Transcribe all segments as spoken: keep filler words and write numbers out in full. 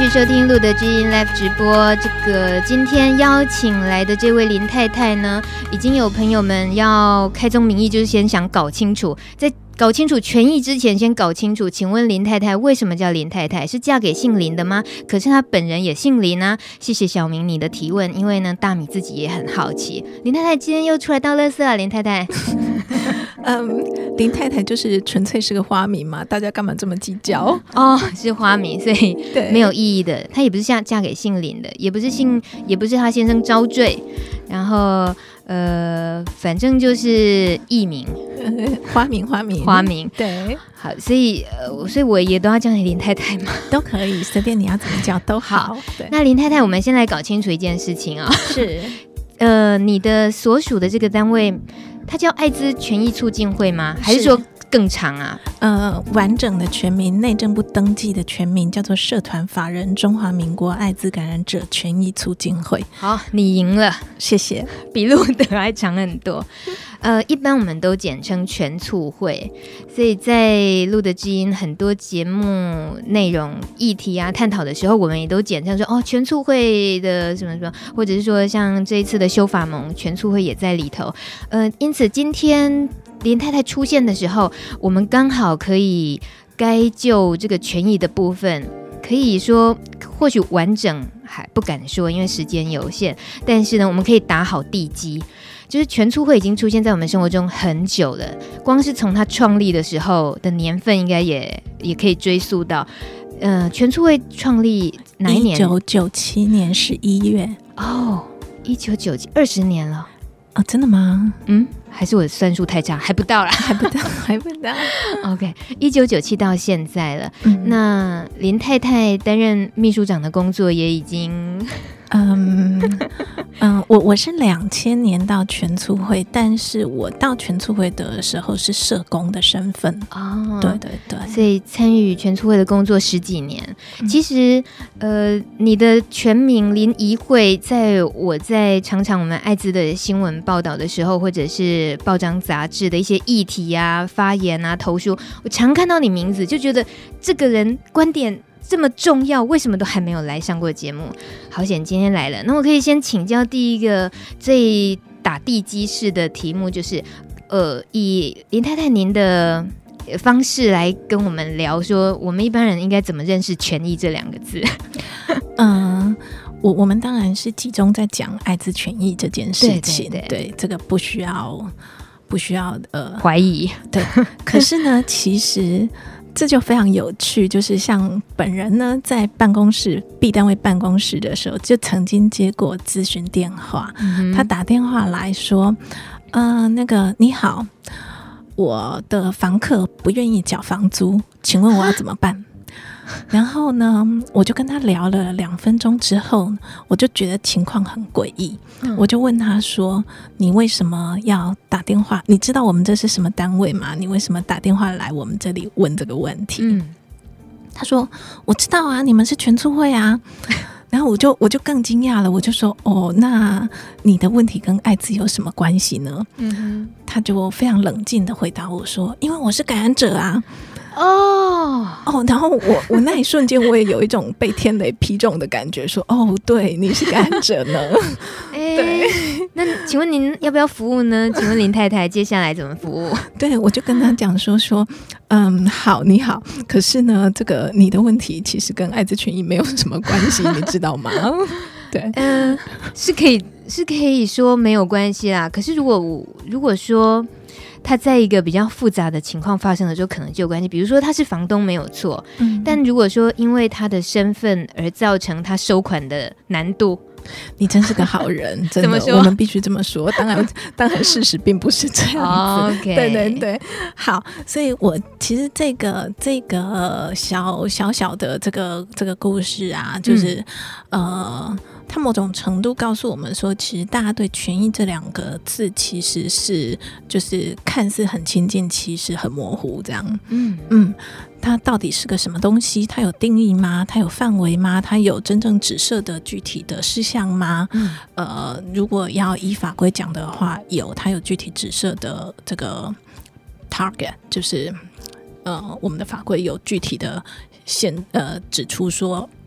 续收听路德之音 Live 直播。这个今天邀请来的这位林太太呢，已经有朋友们要开宗明义，就是先想搞清楚，在搞清楚权益之前，先搞清楚，请问林太太为什么叫林太太？是嫁给姓林的吗？可是她本人也姓林啊。谢谢小明你的提问，因为呢，大米自己也很好奇。林太太今天又出来倒垃圾啊，林太太。 嗯，林太太就是纯粹是个花名嘛，大家干嘛这么计较？ 哦，是花名，所以没有意义的。她也不是嫁嫁给姓林的，也不是姓，也不是她先生招赘，然后呃，反正就是艺名， 呃、花名，花名， 花名。 对， 好，所以呃，所以我也都要叫你林太太嘛， 都可以，随便你要怎么叫都好。对， 那林太太，我们先来搞清楚一件事情啊、哦， 是， 呃，你的所属的这个单位。它叫艾滋权益促进会吗？还是说更长啊？ 呃，完整的全名，内政部登记的全名叫做社团法人中华民国艾滋感染者权益促进会。 好，你赢了， 谢谢， 比路德还长很多。呃，一般我们都简称全促会，所以在路德之音很多节目内容议题啊探讨的时候，我们也都简称说哦，全促会的什么什么，或者是说像这一次的修法盟，全促会也在里头。呃，因此今天林太太出现的时候，我们刚好可以该就这个权益的部分，可以说或许完整还不敢说，因为时间有限，但是呢，我们可以打好地基。就是全促会已经出现在我们生活中很久了，光是从它创立的时候的年份，应该也也可以追溯到，呃，全促会创立哪一年？ 一九九七年十一月。 哦，一九九七，二十年了。 哦，真的吗？ 嗯，还是我的算术太差，还不到啦， 还不到，还不到。 OK， 一九九七到现在了。嗯、那林太太担任秘书长的工作也已经。 嗯嗯，我我是两千年到全促会，但是我到全促会的时候是社工的身份哦，对对对， 所以参与全促会的工作十几年。嗯、其实呃，你的全名林怡慧，在我在常常我们艾滋的新闻报道的时候，或者是报章杂志的一些议题啊、发言啊、投书，我常看到你名字，就觉得这个人观点这么重要，为什么都还没有来上过节目？好险今天来了。那我可以先请教第一个最打地基式的题目，就是呃，以林太太您的方式来跟我们聊说，我们一般人应该怎么认识权益这两个字？ 嗯，我我们当然是集中在讲艾滋权益这件事情，对, 对, 对, 对，这个不需要不需要呃怀疑， 对。可是呢，其实。这就非常有趣，就是像本人呢，在办公室 B 单位办公室的时候，就曾经接过咨询电话、嗯、他打电话来说呃，那个你好，我的房客不愿意缴房租，请问我要怎么办？然后呢，我就跟他聊了两分钟之后，我就觉得情况很诡异、嗯、我就问他说，你为什么要打电话？你知道我们这是什么单位吗？你为什么打电话来我们这里问这个问题？嗯、他说我知道啊，你们是全促会啊。然后我就我就更惊讶了，我就说哦，那你的问题跟艾滋有什么关系呢？嗯哼，他就非常冷静的回答我说，因为我是感染者啊。哦哦，然后我我那一瞬间我也有一种被天雷劈中的感觉，说哦，对，你是感染者呢。 欸、对，那请问您要不要服务呢？请问林太太接下来怎么服务？ 对，我就跟他讲说说，嗯，好，你好，可是呢，这个你的问题其实跟艾滋权益没有什么关系，你知道吗？对， 嗯、呃，是可以是可以说没有关系啦。可是如果如果说。他在一个比较复杂的情况发生的时候，可能就有关系。比如说他是房东没有错、嗯、但如果说因为他的身份而造成他收款的难度， 你真是个好人，真的，我们必须这么说。当然，当然事实并不是这样子。 Oh, okay. 对对对，好，所以我其实这个这个小小小的这个这个故事啊，就是、嗯、呃。它某种程度告诉我们说，其实大家对权益这两个字其实是就是看似很亲近，其实很模糊这样。嗯嗯，它到底是个什么东西？它有定义吗？它有范围吗？它有真正指涉的具体的事项吗？嗯、呃，如果要依法规讲的话，有，它有具体指涉的这个 target， 就是呃，我们的法规有具体的限呃指出说。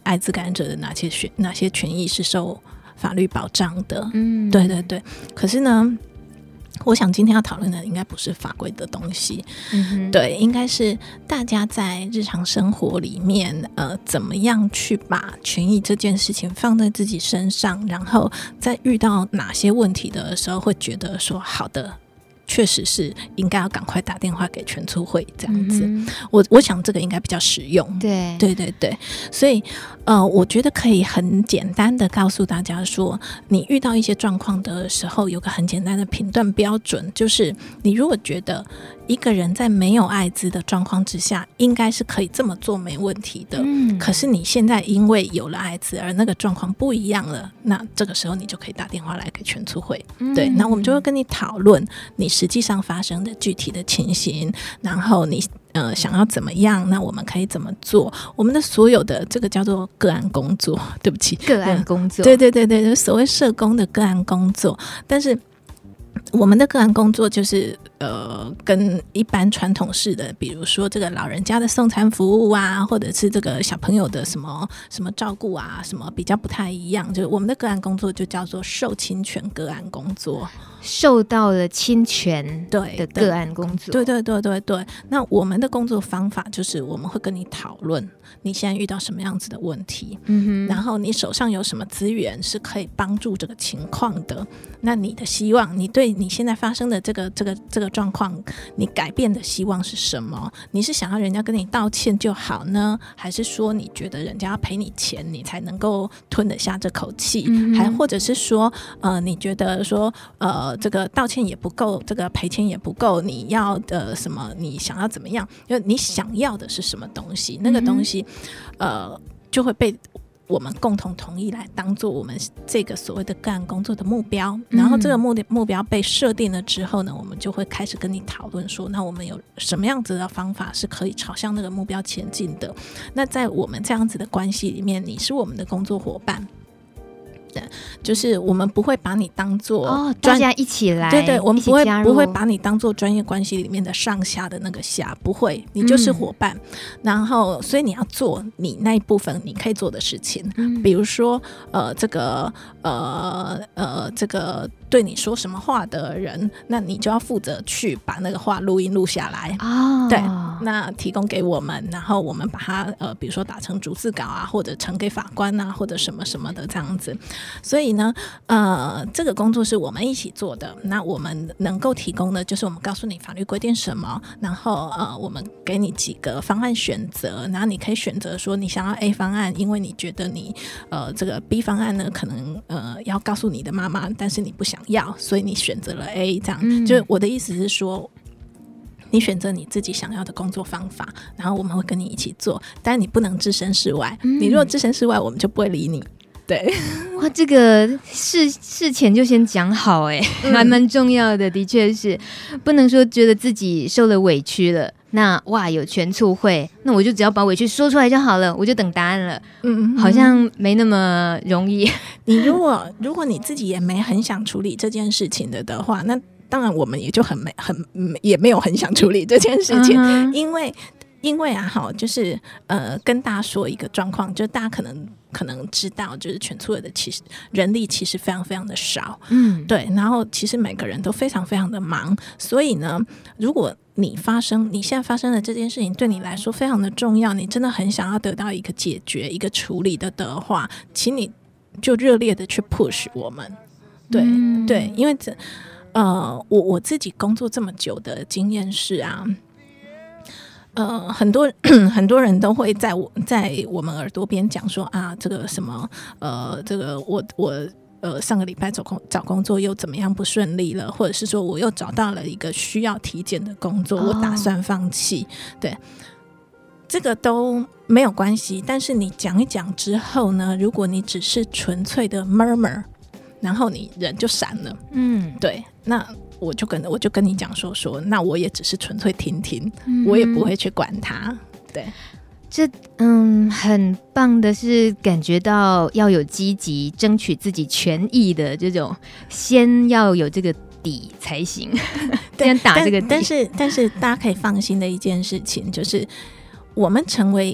艾滋感染者的哪些权哪些权益是受法律保障的。 嗯， 对对对。可是呢，我想今天要讨论的应该不是法规的东西，嗯、对，应该是大家在日常生活里面，呃，怎么样去把权益这件事情放在自己身上，然后在遇到哪些问题的时候，会觉得说好的。确实是应该要赶快打电话给全促会这样子，嗯、我我想这个应该比较实用。 对对对对，所以呃，我觉得可以很简单的告诉大家说，你遇到一些状况的时候，有个很简单的评断标准，就是你如果觉得一个人在没有艾滋的状况之下，应该是可以这么做没问题的。嗯，可是你现在因为有了艾滋，而那个状况不一样了，那这个时候你就可以打电话来给全促会。嗯、对，那我们就会跟你讨论你实际上发生的具体的情形，然后你呃想要怎么样，那我们可以怎么做？我们的所有的这个叫做个案工作，对不起， 个案工作， 对对对对，所谓社工的个案工作，但是我们的个案工作就是呃，跟一般传统式的，比如说这个老人家的送餐服务啊，或者是这个小朋友的什么什么照顾啊，什么比较不太一样。就是我们的个案工作就叫做受侵权个案工作， 受到了侵权的个案工作。 对对对对对。那我们的工作方法就是我们会跟你讨论你现在遇到什么样子的问题，嗯哼，然后你手上有什么资源是可以帮助这个情况的。那你的希望，你对你现在发生的这个这个这个状况，你改变的希望是什么？你是想要人家跟你道歉就好呢，还是说你觉得人家要赔你钱你才能够吞得下这口气？嗯、还或者是说呃，你觉得说呃，这个道歉也不够，这个赔钱也不够，你要的什么？你想要怎么样？就你想要的是什么东西？那个东西，嗯、呃，就会被我们共同同意来当做我们这个所谓的个案工作的目标。然后这个目的目标被设定了之后呢，我们就会开始跟你讨论说，那我们有什么样子的方法是可以朝向那个目标前进的。那在我们这样子的关系里面，你是我们的工作伙伴，就是我们不会把你当做哦，大家一起来， 对对，我们不会不会把你当做专业关系里面的上下的那个下，不会，你就是伙伴。嗯、然后，所以你要做你那一部分你可以做的事情，嗯、比如说呃，这个呃呃，这个对你说什么话的人，那你就要负责去把那个话录音录下来哦，对，那提供给我们，然后我们把它呃，比如说打成逐字稿啊，或者呈给法官啊，或者什么什么的这样子。所以呢，呃，这个工作是我们一起做的。那我们能够提供的就是我们告诉你法律规定什么，然后呃，我们给你几个方案选择，然后你可以选择说你想要 A 方案，因为你觉得你呃这个 B 方案呢可能呃要告诉你的妈妈，但是你不想要，所以你选择了 A， 这样。嗯、就是我的意思是说，你选择你自己想要的工作方法，然后我们会跟你一起做，但你不能置身事外。嗯、你如果置身事外，我们就不会理你。对， 哇，这个事事前就先讲好，哎、欸，还蛮重要的。的确是，不能说觉得自己受了委屈了，那哇有全促会，那我就只要把委屈说出来就好了，我就等答案了。嗯，好像没那么容易。 你如果如果你自己也没很想处理这件事情的的话，那当然我们也就很没很也没有很想处理这件事情，嗯、因为因为啊，好，就是呃，跟大家说一个状况，就大家可能可能知道，就是全促会的其实人力其实非常非常的少，嗯，对，然后其实每个人都非常非常的忙，所以呢，如果你发生你现在发生的这件事情对你来说非常的重要，你真的很想要得到一个解决、一个处理的的话，请你就热烈的去 push 我们，对、嗯、对，因为这呃，我我自己工作这么久的经验是啊。呃，很多很多人都会在我在我们耳朵边讲说啊，这个什么呃，这个我我呃上个礼拜找工找工作又怎么样不顺利了，或者是说我又找到了一个需要体检的工作，我打算放弃。哦、对，这个都没有关系。但是你讲一讲之后呢，如果你只是纯粹的 murmur， 然后你人就闪了，嗯，对，那。我就跟我就跟你讲说说，那我也只是纯粹听听，嗯、我也不会去管它。对， 这嗯很棒的是感觉到要有积极争取自己权益的这种，先要有这个底才行，先打这个底。 但, 但是但是大家可以放心的一件事情就是，我们成为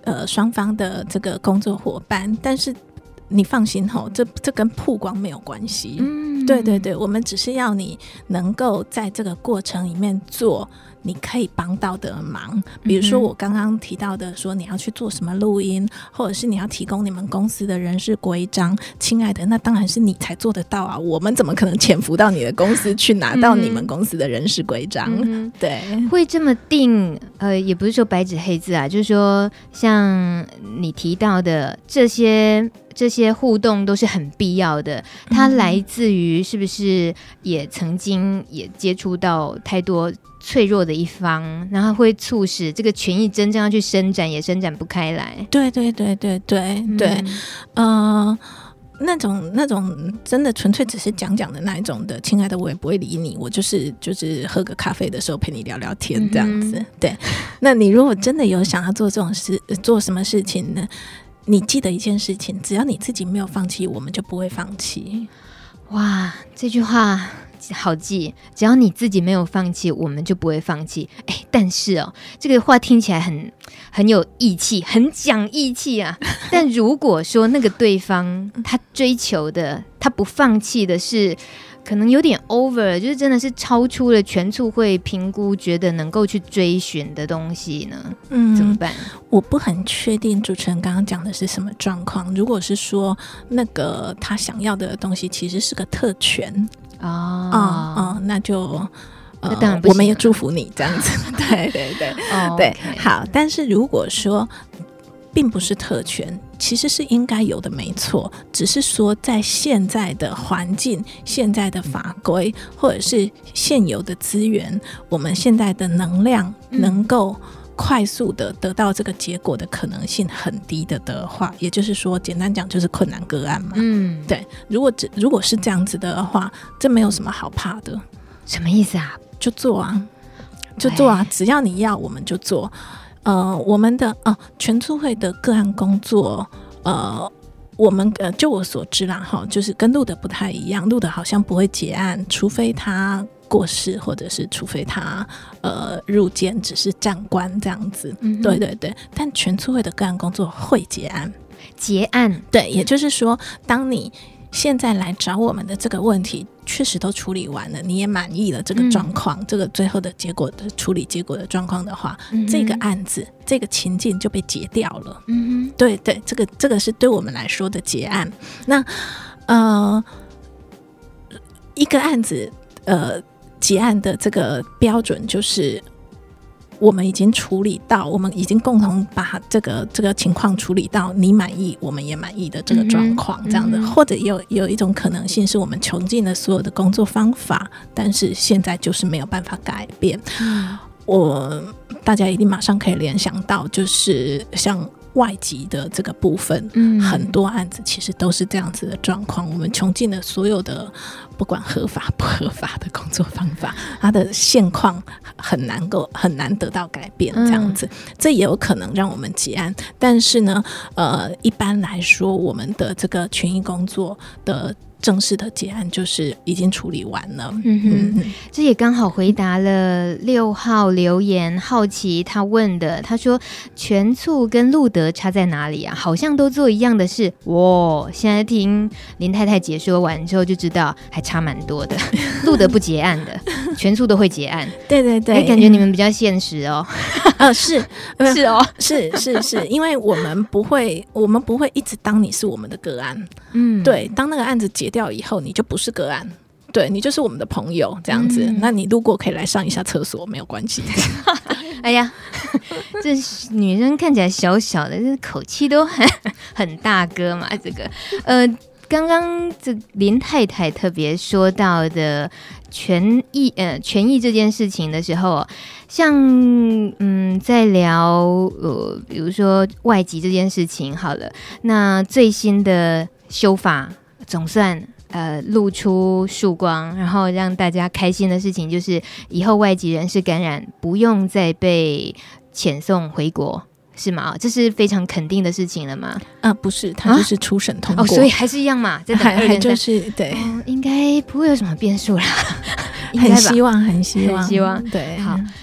呃双方的这个工作伙伴，但是你放心吼，这这跟曝光没有关系。嗯，对对对，我们只是要你能够在这个过程里面做你可以帮到的忙，比如说我刚刚提到的说你要去做什么录音，或者是你要提供你们公司的人事规章，亲爱的，那当然是你才做得到啊，我们怎么可能潜伏到你的公司去拿到你们公司的人事规章、嗯、对， 会这么定呃，也不是说白纸黑字啊，就是说像你提到的这些这些互动都是很必要的，它来自于是不是也曾经也接触到太多脆弱的一方，然后会促使这个权益真正要去伸展也伸展不开来。 对对对对对对、嗯、呃那种那种真的纯粹只是讲讲的那一种的，亲爱的，我也不会理你，我就是就是喝个咖啡的时候陪你聊聊天这样子、嗯、对。那你如果真的有想要做这种事，做什么事情呢？你记得一件事情，只要你自己没有放弃，我们就不会放弃。 哇，这句话好记，只要你自己没有放弃，我们就不会放弃。哎，但是哦，这个话听起来很很有义气，很讲义气啊。但如果说那个对方他追求的，他不放弃的是可能有点 over， 就是真的是超出了全促会评估觉得能够去追寻的东西呢，嗯，怎么办？ 我不很确定主持人刚刚讲的是什么状况。如果是说那个他想要的东西其实是个特权哦、嗯嗯、那就呃，那当然不行、啊、我们也祝福你这样子对对对、oh, 对、okay. 好。但是如果说并不是特权，其实是应该有的没错，只是说在现在的环境、现在的法规或者是现有的资源，我们现在的能量能够快速的得到这个结果的可能性很低的的话，也就是说简单讲就是困难个案嘛。嗯，对，如果如果是这样子的话，这没有什么好怕的。 什么意思啊？ 就做啊就做啊，只要你要我们就做。呃，我们的呃全促会的个案工作，呃，我们呃就我所知啦哈，就是跟路的不太一样，路的好像不会结案，除非他过世，或者是除非他呃入监只是站官这样子、嗯、对对对。但全促会的个案工作会结案， 结案， 对，也就是说，当你现在来找我们的这个问题确实都处理完了，你也满意了这个状况、嗯、这个最后的结果的处理结果的状况的话、嗯、这个案子这个情境就被结掉了。嗯哼，对对，这个这个是对我们来说的结案。那呃一个案子呃结案的这个标准就是我们已经处理到，我们已经共同把这个这个情况处理到你满意我们也满意的这个状况、嗯、这样的、嗯、或者有有一种可能性是我们穷尽了所有的工作方法，但是现在就是没有办法改变、嗯、我大家一定马上可以联想到就是像外籍的这个部分、嗯、很多案子其实都是这样子的状况，我们穷尽了所有的不管合法不合法的工作方法，它的现况很难够很难得到改变这样子、嗯、这也有可能让我们结案。但是呢呃，一般来说我们的这个权益工作的正式的结案就是已经处理完了。嗯哼， 嗯，这也刚好回答了六号留言好奇他问的，他说全促跟路德差在哪里啊？好像都做一样的事。哇，现在听林太太解说完之后就知道还差蛮多的。路德不结案的，全促都会结案。 对对对， 感觉你们比较现实哦。 呃，是是哦， 是是是，因为我们不会我们不会一直当你是我们的个案。嗯，对，当那个案子结掉以后你就不是个案，对，你就是我们的朋友这样子、嗯、那你路过可以来上一下厕所没有关系。 哎呀，这女生看起来小小的，这口气都很很大哥嘛。这个呃，刚刚这林太太特别说到的权益呃权益这件事情的时候，像嗯在聊呃比如说外籍这件事情好了，那最新的修法总算呃露出曙光，然后让大家开心的事情就是以后外籍人士感染不用再被遣送回国，是吗？这是非常肯定的事情了吗？ 啊，不是，它就是初审通过、 啊哦、所以还是一样嘛，在等还就是对、 哦，应该不会有什么变数啦。 很希望很希望很希望对。 好，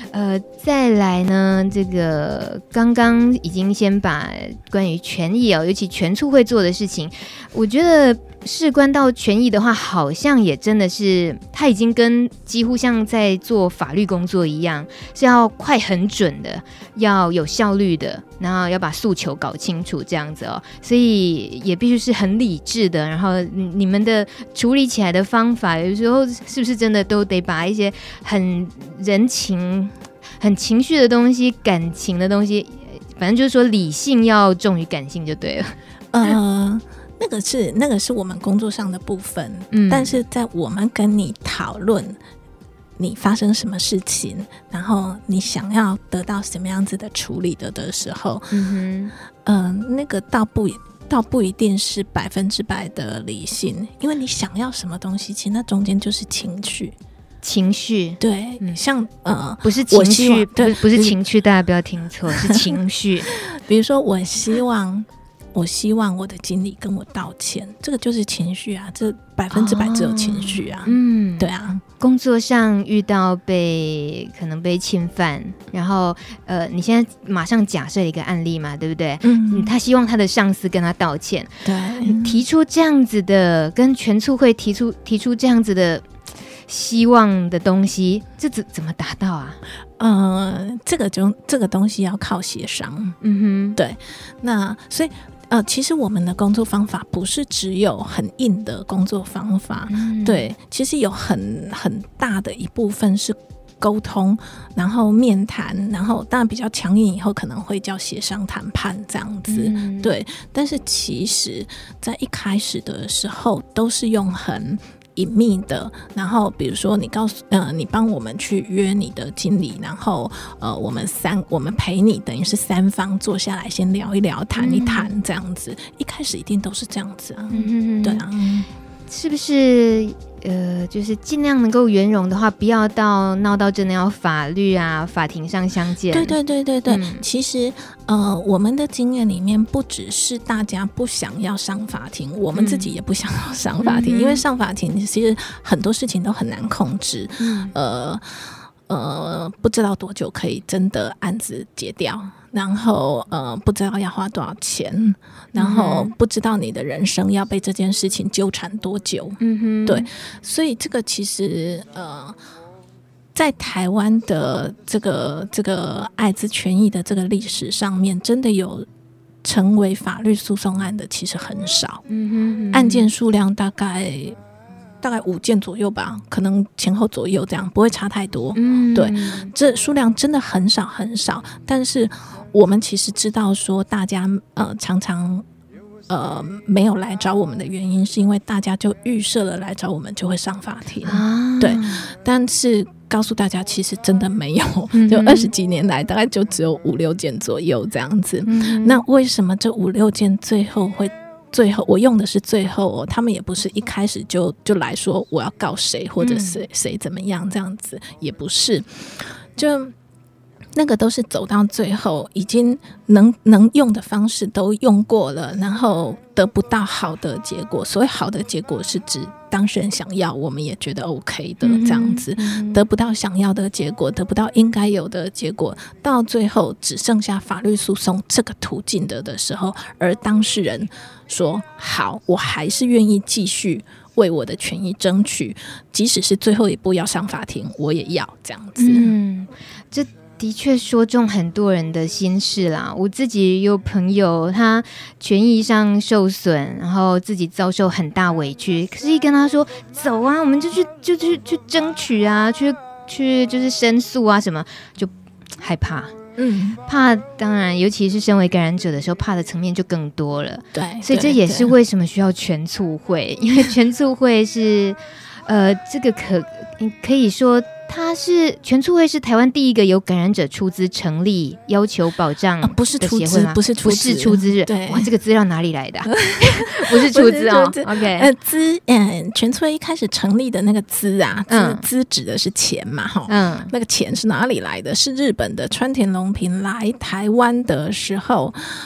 呃，再来呢，这个刚刚已经先把关于权益哦，尤其全促会做的事情，我觉得事关到权益的话，好像也真的是他已经跟几乎像在做法律工作一样，是要快很准的，要有效率的，然后要把诉求搞清楚这样子哦，所以也必须是很理智的。然后你们的处理起来的方法，有时候是不是真的都得把一些很人情、很情绪的东西、感情的东西，反正就是说理性要重于感性就对了。 呃。那个是那个是我们工作上的部分，嗯，但是在我们跟你讨论你发生什么事情，然后你想要得到什么样子的处理的的时候，嗯哼，呃，那个倒不倒不一定是百分之百的理性，因为你想要什么东西，其实那中间就是情绪。 情绪对、嗯、像呃不是情绪，对，不是情绪，大家不要听错，是情绪。 比如说我希望我希望我的经理跟我道歉，这个就是情绪啊，这百分之百只有情绪啊、哦、嗯，对啊。 工作上遇到被可能被侵犯，然后呃，你现在马上假设一个案例嘛，对不对？嗯，他希望他的上司跟他道歉， 对， 提出这样子的，跟全促会提出提出这样子的希望的东西，这怎怎么达到啊？ 呃，这个就这个东西要靠协商。嗯哼，对，那所以。呃，其实我们的工作方法不是只有很硬的工作方法，嗯、对，其实有很很大的一部分是沟通，然后面谈，然后当然比较强硬以后可能会叫协商谈判这样子、嗯，对。但是其实在一开始的时候都是用很隐秘的，然后比如说你告诉呃，你帮我们去约你的经理，然后呃，我们三我们陪你，等于是三方坐下来先聊一聊，谈一谈这样子、嗯。一开始一定都是这样子啊，嗯、对啊， 是不是？呃，就是尽量能够圆融的话，不要到闹到真的要法律啊、法庭上相见。 对对对对对，嗯、其实呃，我们的经验里面，不只是大家不想要上法庭，我们自己也不想要上法庭，嗯、因为上法庭其实很多事情都很难控制，嗯、呃呃，不知道多久可以真的案子结掉。然后呃，不知道要花多少钱，然后不知道你的人生要被这件事情纠缠多久。嗯哼，对，所以这个其实呃，在台湾的这个这个艾滋权益的这个历史上面，真的有成为法律诉讼案的其实很少。嗯哼，嗯哼，案件数量大概。大概五件左右吧，可能前后左右这样，不会差太多。嗯，对，这数量真的很少很少。但是我们其实知道说，大家呃常常呃没有来找我们的原因，是因为大家就预设了来找我们就会上法庭。啊、对，但是告诉大家，其实真的没有，就二十几年来，大概就只有五六件左右这样子。嗯、那为什么这五六件最后会？最后我用的是最后、哦、他们也不是一开始就就来说我要告谁或者谁谁怎么样这样子，也不是，就那个都是走到最后已经能能用的方式都用过了，然后得不到好的结果。所谓好的结果是指当事人想要，我们也觉得 OK 的这样子、嗯、得不到想要的结果，得不到应该有的结果，到最后只剩下法律诉讼这个途径的的时候，而当事人说好，我还是愿意继续为我的权益争取，即使是最后一步要上法庭我也要这样子。嗯， 这的确说中很多人的心事啦。我自己有朋友他权益上受损，然后自己遭受很大委屈，可是一跟他说走啊，我们就去就去去争取啊，去去就是申诉啊什么，就害怕。嗯，怕当然尤其是身为感染者的时候，怕的层面就更多了。 对， 所以这也是为什么需要全促会，因为全促会是呃这个可可以说它是全促会是台湾第一个由感染者出资成立要求保障的协会吗？ 啊、不是出资，不是出资， 不是出资。 对， 哇，这个资料哪里来的、啊？不是出资哦。OK， 呃，资，嗯，全促会一开始成立的那个资啊，资资指的是钱嘛，哈，嗯，那个钱是哪里来的？是日本的川田龙平来台湾的时候。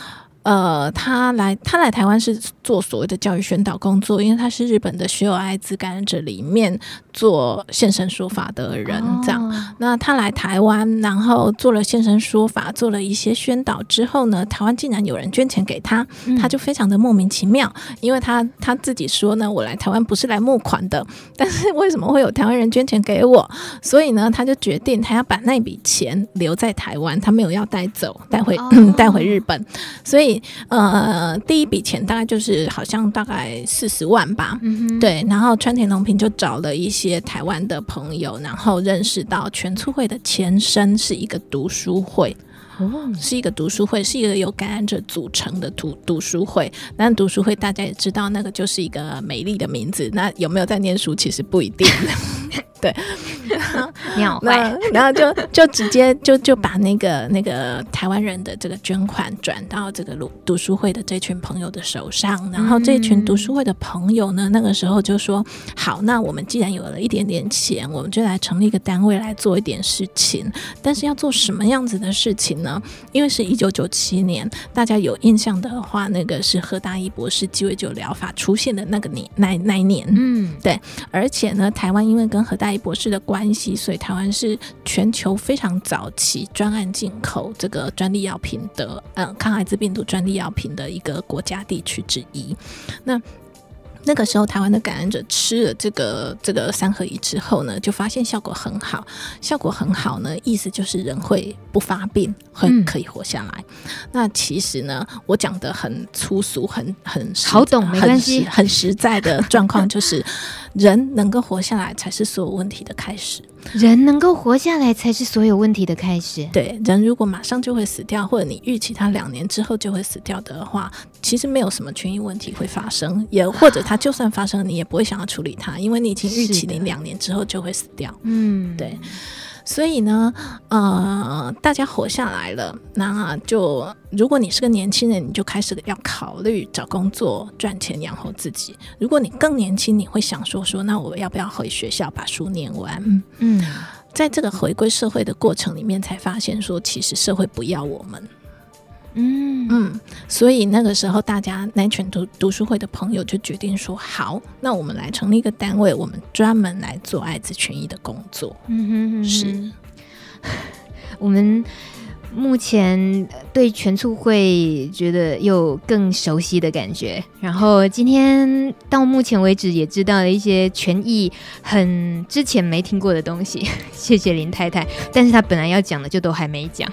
呃，他来他来台湾是做所谓的教育宣导工作，因为他是日本的血友艾滋感染者里面做现身说法的人，这样。哦、那他来台湾，然后做了现身说法，做了一些宣导之后呢，台湾竟然有人捐钱给他，嗯、他就非常的莫名其妙，因为他他自己说呢，我来台湾不是来募款的，但是为什么会有台湾人捐钱给我？所以呢，他就决定他要把那笔钱留在台湾，他没有要带走，带回、哦嗯、带回日本。所以呃，第一笔钱大概就是好像大概四十万吧，嗯、对。然后川田隆平就找了一些台湾的朋友，然后认识到全促会的前身是一个读书会。哦、是一个读书会，是一个由感染者组成的读读书会。但读书会大家也知道，那个就是一个美丽的名字，那有没有在念书其实不一定对， 你好坏， 然后就就直接就就把那个那个台湾人的这个捐款转到这个读书会的这群朋友的手上，然后这群读书会的朋友呢，那个时候就说好，那我们既然有了一点点钱，我们就来成立一个单位来做一点事情。但是要做什么样子的事情呢？因为是一九九七年，大家有印象的话，那个是何大一博士鸡尾酒疗法出现的那个年那那一年，嗯，对。而且呢，台湾因为跟何大一博士的关系，所以台湾是全球非常早期专案进口这个专利药品的，呃，抗艾滋病毒专利药品的一个国家地区之一。那那个时候台湾的感染者吃了这个这个三合一之后呢，就发现效果很好，效果很好呢，意思就是人会不发病，会可以活下来。嗯、那其实呢，我讲的很粗俗，很很好懂，没关系， 很实在的状况就是人能够活下来才是所有问题的开始。 人能够活下来才是所有问题的开始。 对，人如果马上就会死掉，或者你预期他两年之后就会死掉的话，其实没有什么权益问题会发生，也或者他就算发生，你也不会想要处理它，因为你已经预期你两年之后就会死掉。嗯，对。所以呢，呃，大家活下来了，那就如果你是个年轻人，你就开始要考虑找工作赚钱养活自己。如果你更年轻，你会想说说，那我要不要回学校把书念完？嗯，在这个回归社会的过程里面，才发现说，其实社会不要我们。嗯嗯，所以那个时候大家那群 读, 读书会的朋友就决定说，好，那我们来成立一个单位，我们专门来做艾滋权益的工作。嗯哼哼，是我们目前对全促会觉得有更熟悉的感觉，然后今天到目前为止也知道了一些权益很之前没听过的东西，谢谢林太太，但是她本来要讲的就都还没讲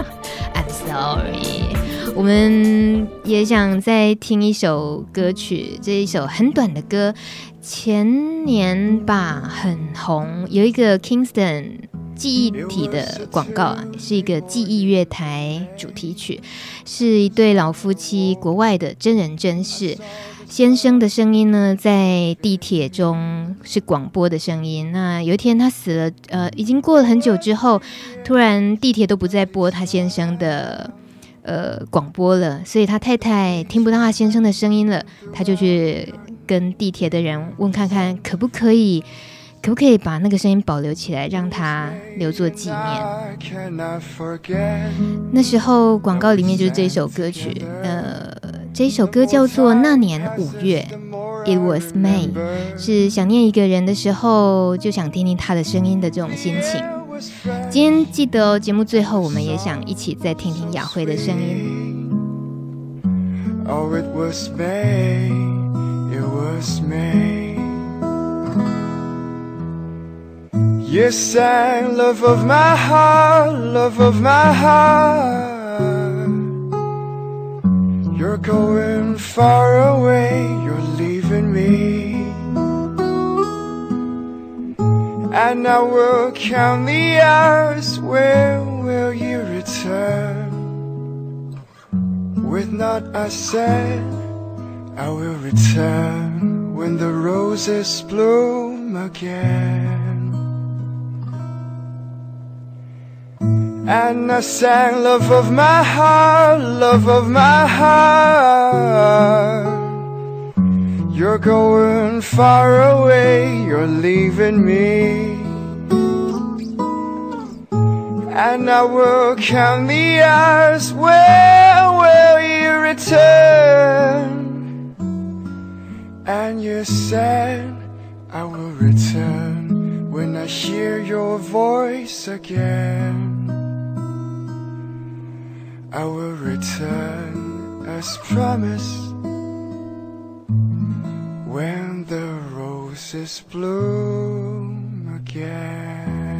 I'm sorry。 我们也想再听一首歌曲，这一首很短的歌，前年吧很红，有一个 Kingston记忆体的广告，是一个记忆月台主题曲，是一对老夫妻国外的真人真事。先生的声音呢，在地铁中是广播的声音。那有一天他死了，呃，已经过了很久之后，突然地铁都不再播他先生的呃广播了，所以他太太听不到他先生的声音了，他就去跟地铁的人问看看，可不可以。可不可以把那个声音保留起来，让它留作纪念？那时候广告里面就是这首歌曲，呃，这首歌叫做《那年五月》 ，It was May， 是想念一个人的时候，就想听听他的声音的这种心情。今天记得哦，节目最后我们也想一起再听听雅慧的声音。Oh, it was May, it was May.You sang love of my heart, love of my heart. You're going far away, you're leaving me. And now we'll count the hours, when will you return? With not I said, I will return when the roses bloom again.And I sang love of my heart, love of my heart. You're going far away, you're leaving me. And I will count the hours. When will you return? And you said I will return when I hear your voice again. I will return as promised when the roses bloom again.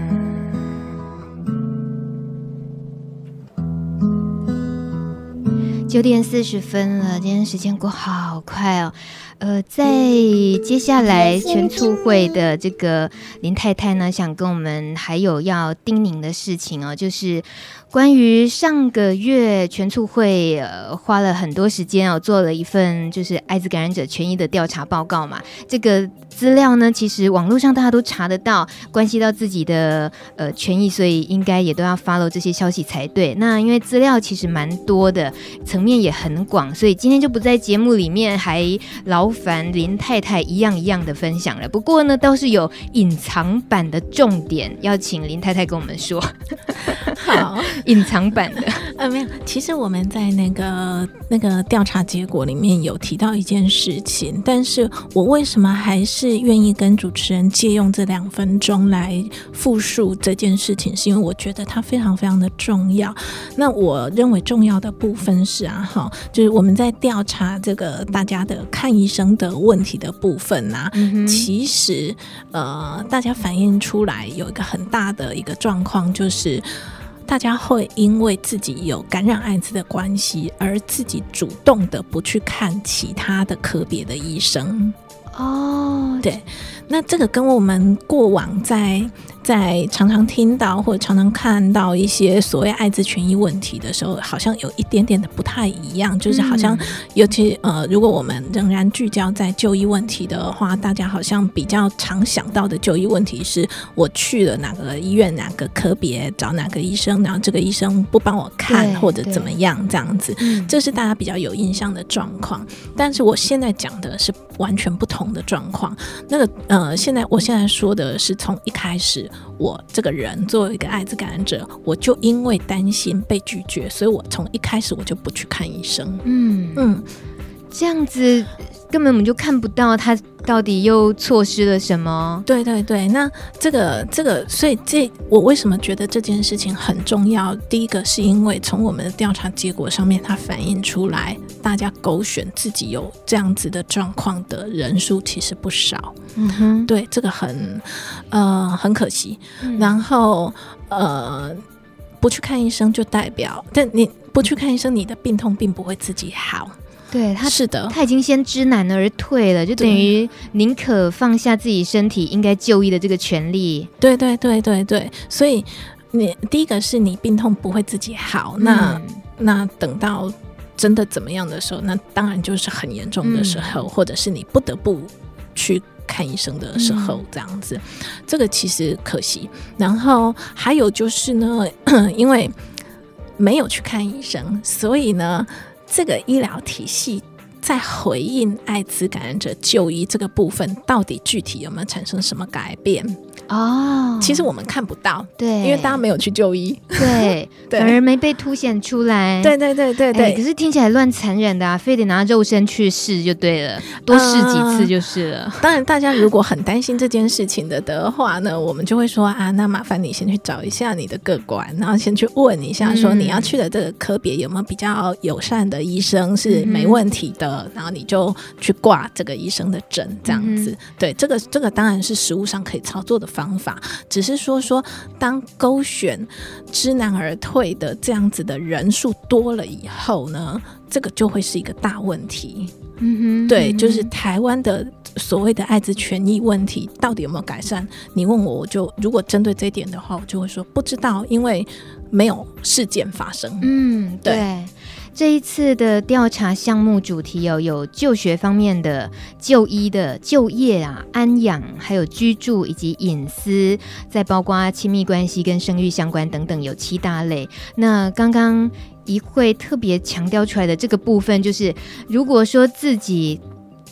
九点四十分了，今天时间过好快哦。呃，在接下来全促会的这个林太太呢，想跟我们还有要叮咛的事情哦，就是关于上个月全促会呃花了很多时间哦，做了一份就是艾滋感染者权益的调查报告嘛。这个资料呢，其实网络上大家都查得到，关系到自己的呃权益，所以应该也都要 follow 这些消息才对。那因为资料其实蛮多的，层面也很广，所以今天就不在节目里面还劳烦林太太一样一样的分享了。不过呢，倒是有隐藏版的重点，要请林太太跟我们说。 好， 隐藏版的呃，没有。其实我们在那个那个调查结果里面有提到一件事情，但是我为什么还是愿意跟主持人借用这两分钟来复述这件事情，是因为我觉得它非常非常的重要。那我认为重要的部分是啊，哈，就是我们在调查这个大家的看医生的问题的部分啊，嗯、其实呃，大家反映出来有一个很大的一个状况，就是大家会因为自己有感染艾滋的关系，而自己主动的不去看其他的科别的医生。哦，对，那这个跟我们过往在在常常听到或者常常看到一些所谓艾滋权益问题的时候，好像有一点点的不太一样，就是好像尤其呃，如果我们仍然聚焦在就医问题的话，大家好像比较常想到的就医问题是我去了哪个医院哪个科别找哪个医生，然后这个医生不帮我看或者怎么样这样子，这是大家比较有印象的状况。但是我现在讲的是完全不同的状况。那个呃，现在我现在说的是从一开始，我这个人作为一个艾滋感染者，我就因为担心被拒绝，所以我从一开始我就不去看医生。嗯嗯， 这样子根本我们就看不到他到底又错失了什么。 对对对，那这个这个，所以这我为什么觉得这件事情很重要？第一个是因为从我们的调查结果上面，它反映出来，大家勾选自己有这样子的状况的人数其实不少。嗯哼，对，这个很呃很可惜。嗯、然后呃，不去看医生就代表，但你不去看医生，你的病痛并不会自己好。 对，他是的， 他已经先知难而退了，就等于宁可放下自己身体应该就医的这个权利。 对对对对对，所以你第一个是你病痛不会自己好，那、嗯、那等到真的怎么样的时候，那当然就是很严重的时候、嗯、或者是你不得不去看医生的时候，这样子、嗯、这个其实可惜。然后还有就是呢，因为没有去看医生，所以呢这个医疗体系在回应艾滋感染者就医这个部分，到底具体有没有产生什么改变？哦，其实我们看不到，对，因为大家没有去就医， 对，反而没被凸显出来。 对对对对对、 欸，可是听起来乱残忍的啊，非得拿肉身去试就对了，多试几次就是了。呃、 当然，大家如果很担心这件事情的的话呢，我们就会说啊，那麻烦你先去找一下你的个管，然后先去问一下，说你要去的这个科别有没有比较友善的医生是没问题的，嗯、然后你就去挂这个医生的诊，这样子。嗯、对，这个这个当然是实务上可以操作的方法，只是说说当勾选知难而退的这样子的人数多了以后呢，这个就会是一个大问题。嗯哼，对，就是台湾的所谓的艾滋权益问题到底有没有改善？你问我，我就如果针对这一点的话，我就会说不知道，因为没有事件发生。嗯，对。对， 这一次的调查项目主题哦，有就学方面的、就医的、就业啊、安养，还有居住以及隐私，再包括亲密关系跟生育相关等等，有七大类。那刚刚一会特别强调出来的这个部分，就是如果说自己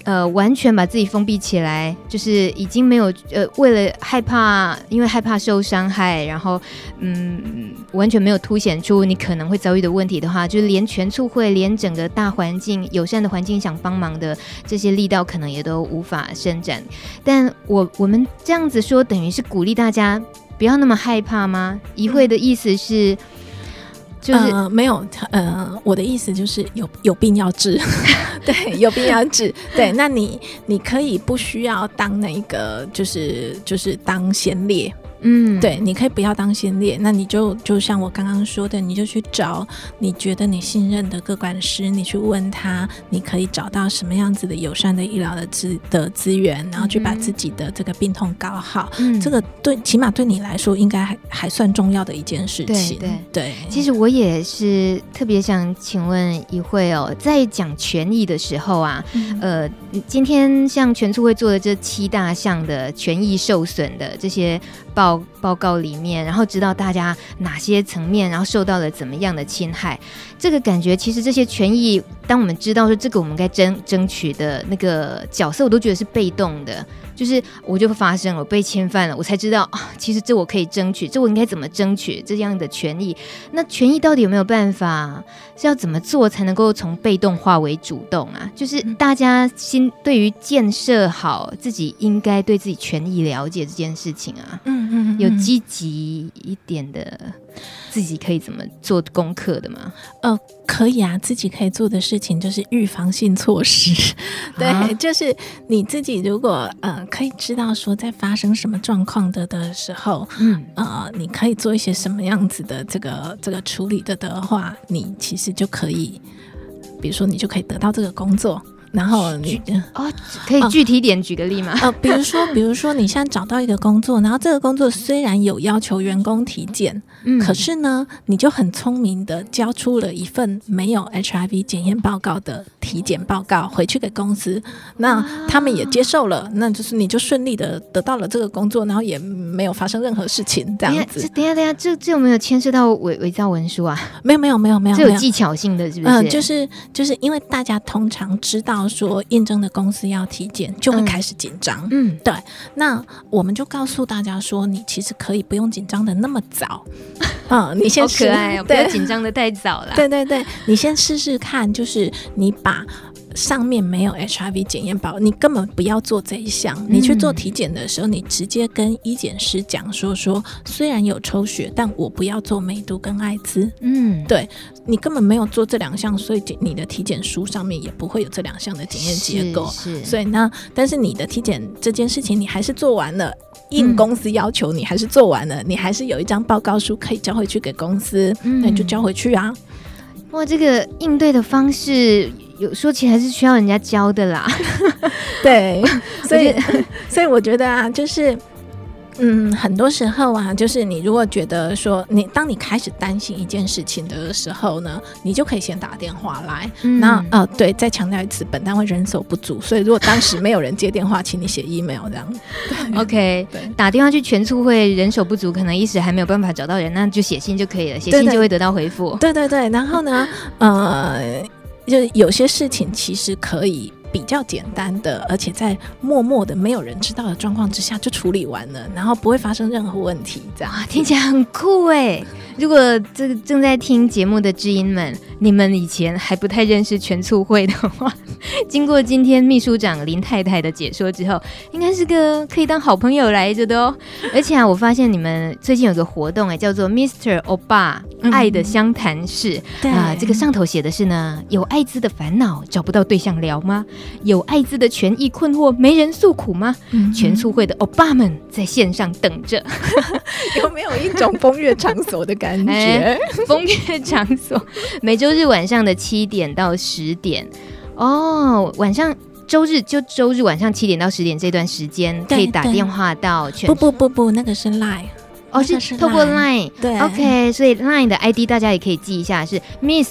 呃完全把自己封闭起来，就是已经没有呃为了害怕，因为害怕受伤害，然后嗯完全没有凸显出你可能会遭遇的问题的话，就是连全促会连整个大环境友善的环境想帮忙的这些力道可能也都无法伸展。但我我们这样子说等于是鼓励大家不要那么害怕吗？怡慧的意思是就是、 呃、没有呃，我的意思就是有有病要治对，有病要治对，那你你可以不需要当那个就是就是当先烈，嗯，对，你可以不要当先烈，那你就就像我刚刚说的，你就去找你觉得你信任的个管师，你去问他你可以找到什么样子的友善的医疗的资的资源，然后去把自己的这个病痛搞好、嗯、这个对起码对你来说应该 还, 还算重要的一件事情。对 对, 对， 其实我也是特别想请问怡慧哦，在讲权益的时候啊、嗯、呃，今天像全促会做的这七大项的权益受损的这些报报告里面，然后知道大家哪些层面然后受到了怎么样的侵害，这个感觉其实这些权益当我们知道说这个我们该争争取的那个角色，我都觉得是被动的，就是我就发生了我被侵犯了，我才知道、啊、其实这我可以争取，这我应该怎么争取这样的权益。那权益到底有没有办法是要怎么做才能够从被动化为主动啊？就是大家心对于建设好自己应该对自己权益了解这件事情啊，嗯嗯，有积极一点的自己可以怎么做功课的吗？ 呃，可以啊，自己可以做的事情就是预防性措施对、啊、就是你自己如果呃可以知道说在发生什么状况的的时候，嗯呃，你可以做一些什么样子的这个这个处理的的话，你其实就可以，比如说你就可以得到这个工作。然后你哦，可以具体点举个例吗？ 呃，比如说，比如说你现在找到一个工作，然后这个工作虽然有要求员工体检，嗯，可是呢，你就很聪明的交出了一份没有 H I V 检验报告的体检报告回去给公司，那他们也接受了，那就是你就顺利的得到了这个工作，然后也没有发生任何事情，这样子。 等一下，等一下，这这有没有牵涉到伪伪造文书啊？ 没有，没有，没有，没有， 这有技巧性的，是不是？ 嗯、呃，就是就是因为大家通常知道说应征的公司要体检，就会开始紧张。嗯，对。那我们就告诉大家说，你其实可以不用紧张的那么早。嗯，你先试， 好可爱哦，不要紧张的太早了。 对对对，你先试试看，就是你把上面没有 H I V 检验包，你根本不要做这一项、嗯、你去做体检的时候，你直接跟医检师讲说说虽然有抽血，但我不要做梅毒跟艾滋。嗯，对，你根本没有做这两项，所以你的体检书上面也不会有这两项的检验结构。是是，所以呢，但是你的体检这件事情你还是做完了，应公司要求你还是做完了、嗯、你还是有一张报告书可以交回去给公司、嗯、那你就交回去啊。 哇，这个应对的方式有说起来是需要人家教的啦对，所以所以我觉得啊，就是嗯，很多时候啊，就是你如果觉得说你当你开始担心一件事情的时候呢，你就可以先打电话来。嗯、那呃，对，再强调一次，本单位人手不足，所以如果当时没有人接电话，请你写 email 这样。 OK， 打电话去全促会人手不足，可能一时还没有办法找到人，那就写信就可以了，写信就会得到回复。 对对对，然后呢，呃，就有些事情其实可以比较简单的，而且在默默的没有人知道的状况之下就处理完了，然后不会发生任何问题，这样听起来很酷耶。如果这个正在听节目的知音们，你们以前还不太认识全促会的话，经过今天秘书长林太太的解说之后，应该是个可以当好朋友来着的哦。而且啊，我发现你们最近有个活动哎，叫做 mister 欧巴爱的相谈室、嗯啊呃、这个上头写的是呢，有艾滋的烦恼找不到对象聊吗？有艾滋的权益困惑没人诉苦吗？嗯、全促会的欧巴们在线上等着有没有一种风月场所的感觉、欸、 风月场所每周日晚上的七点到十点哦，晚上周日就周日晚上七点到十点这段时间可以打电话到全不不不不那个是 Line 哦，是, 是透过 Line 对 OK， 所以 Line 的 I D 大家也可以记一下，是 Miss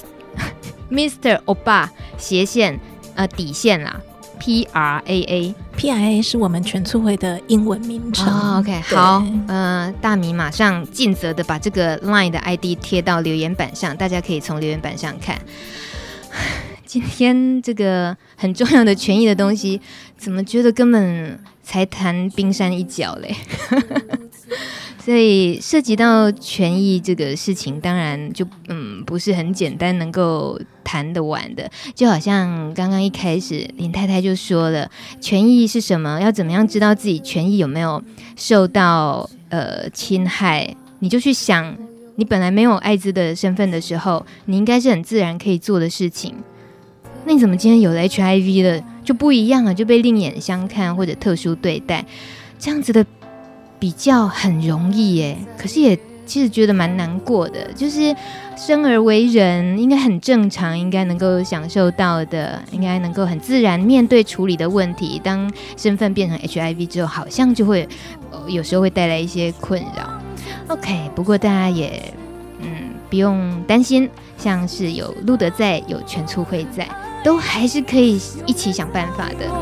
mister 欧巴斜线呃底线啦P R A A P R A 是我们全促会的英文名称、 哦、OK 好，呃，大米马上尽责的把这个 Line 的 I D 贴到留言板上，大家可以从留言板上看。 今天这个很重要的权益的东西，怎么觉得根本才谈冰山一角嘞？所以涉及到权益这个事情，当然就嗯不是很简单能够谈得完的。就好像刚刚一开始林太太就说了，权益是什么？要怎么样知道自己权益有没有受到呃侵害？你就去想，你本来没有艾滋的身份的时候，你应该是很自然可以做的事情。那你怎么今天有了 H I V 了就不一样了，就被另眼相看或者特殊对待？这样子的比较很容易耶，可是也其实觉得蛮难过的。就是生而为人应该很正常，应该能够享受到的，应该能够很自然面对处理的问题，当身份变成 H I V 之后，好像就会、呃、有时候会带来一些困扰。 OK， 不过大家也嗯不用担心，像是有路德在，有全促会在，都还是可以一起想办法的。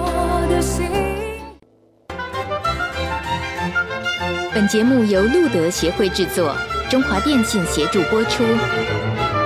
本节目由路德协会制作，中华电信协助播出。